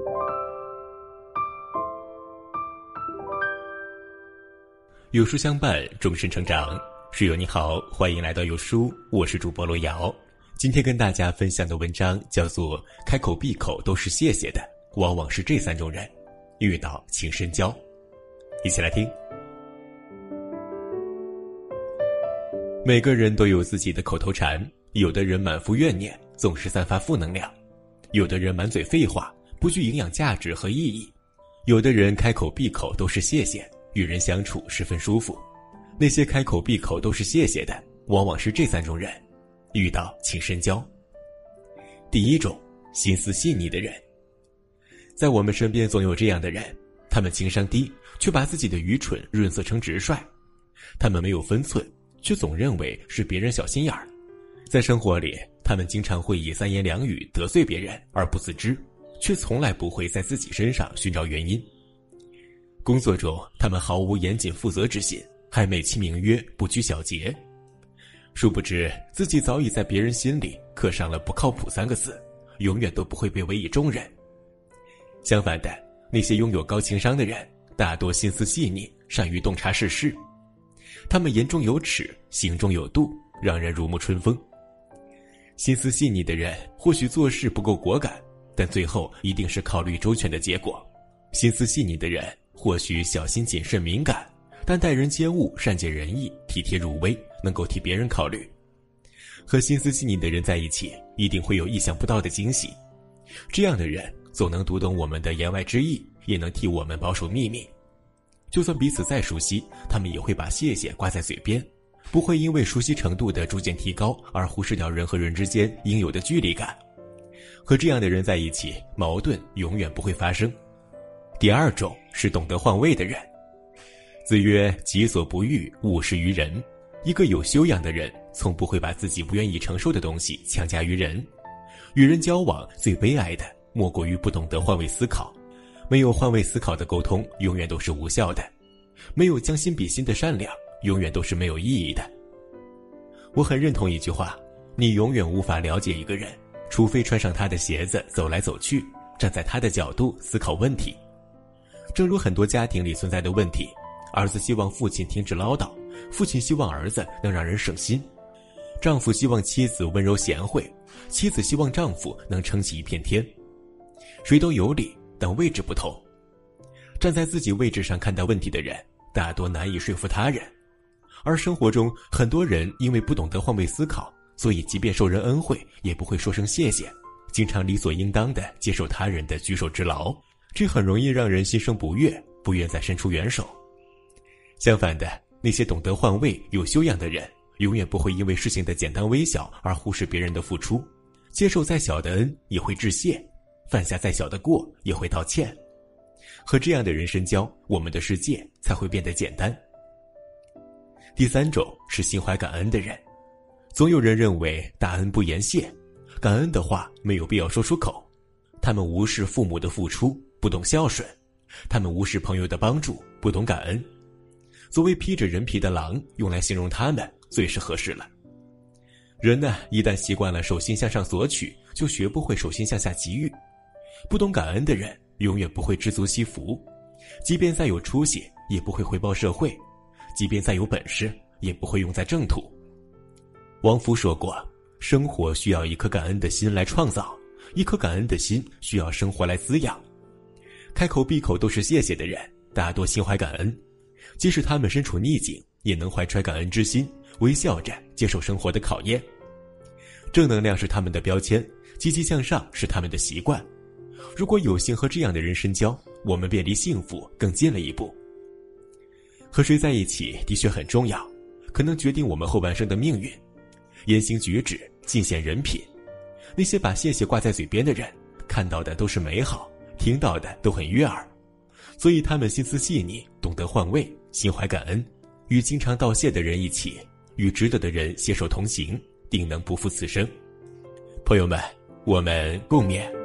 有书相伴，终身成长。室友你好，欢迎来到有书，我是主播罗瑶。今天跟大家分享的文章叫做开口闭口都是谢谢的，往往是这3种人，遇到请深交。一起来听。每个人都有自己的口头禅，有的人满腹怨念，总是散发负能量；有的人满嘴废话，不具营养价值和意义；有的人开口闭口都是谢谢，与人相处十分舒服。那些开口闭口都是谢谢的，往往是这3种人，遇到请深交。第一种，心思细腻的人。在我们身边总有这样的人，他们情商低，却把自己的愚蠢润色成直率；他们没有分寸，却总认为是别人小心眼儿。在生活里，他们经常会以3言2语得罪别人而不自知，却从来不会在自己身上寻找原因。工作中，他们毫无严谨负责之心，还美其名曰不拘小节，殊不知自己早已在别人心里刻上了不靠谱3个字，永远都不会被委以重任。相反的，那些拥有高情商的人，大多心思细腻，善于洞察世事。他们言中有尺，行中有度，让人如沐春风。心思细腻的人或许做事不够果敢，但最后一定是考虑周全的结果。心思细腻的人或许小心谨慎敏感，但待人接物善解人意，体贴入微，能够替别人考虑。和心思细腻的人在一起，一定会有意想不到的惊喜。这样的人总能读懂我们的言外之意，也能替我们保守秘密。就算彼此再熟悉，他们也会把谢谢挂在嘴边，不会因为熟悉程度的逐渐提高而忽视掉人和人之间应有的距离感。和这样的人在一起，矛盾永远不会发生。第二种是懂得换位的人。子曰：己所不欲，勿施于人。一个有修养的人，从不会把自己不愿意承受的东西强加于人。与人交往最悲哀的，莫过于不懂得换位思考。没有换位思考的沟通，永远都是无效的；没有将心比心的善良，永远都是没有意义的。我很认同一句话：你永远无法了解一个人，除非穿上他的鞋子走来走去，站在他的角度思考问题。正如很多家庭里存在的问题，儿子希望父亲停止唠叨，父亲希望儿子能让人省心；丈夫希望妻子温柔贤惠，妻子希望丈夫能撑起一片天。谁都有理，但位置不同。站在自己位置上看待问题的人，大多难以说服他人。而生活中，很多人因为不懂得换位思考，所以即便受人恩惠，也不会说声谢谢，经常理所应当地接受他人的举手之劳，这很容易让人心生不悦，不愿再伸出援手。相反的，那些懂得换位、有修养的人，永远不会因为事情的简单微小而忽视别人的付出，接受再小的恩也会致谢，犯下再小的过也会道歉。和这样的人深交，我们的世界才会变得简单。第3种是心怀感恩的人。总有人认为大恩不言谢，感恩的话没有必要说出口。他们无视父母的付出，不懂孝顺；他们无视朋友的帮助，不懂感恩。所谓披着人皮的狼，用来形容他们最是合适了。人呢，一旦习惯了手心向上索取，就学不会手心向下给予。不懂感恩的人，永远不会知足惜福，即便再有出息，也不会回报社会；即便再有本事，也不会用在正途。王福说过，生活需要一颗感恩的心来创造，一颗感恩的心需要生活来滋养。开口闭口都是谢谢的人，大多心怀感恩，即使他们身处逆境，也能怀揣感恩之心，微笑着接受生活的考验。正能量是他们的标签，积极向上是他们的习惯。如果有幸和这样的人深交，我们便离幸福更近了一步。和谁在一起的确很重要，可能决定我们后半生的命运。言行举止尽显人品，那些把谢谢挂在嘴边的人，看到的都是美好，听到的都很悦耳。所以他们心思细腻，懂得换位，心怀感恩，与经常道谢的人一起，与值得的人携手同行，定能不负此生。朋友们，我们共勉。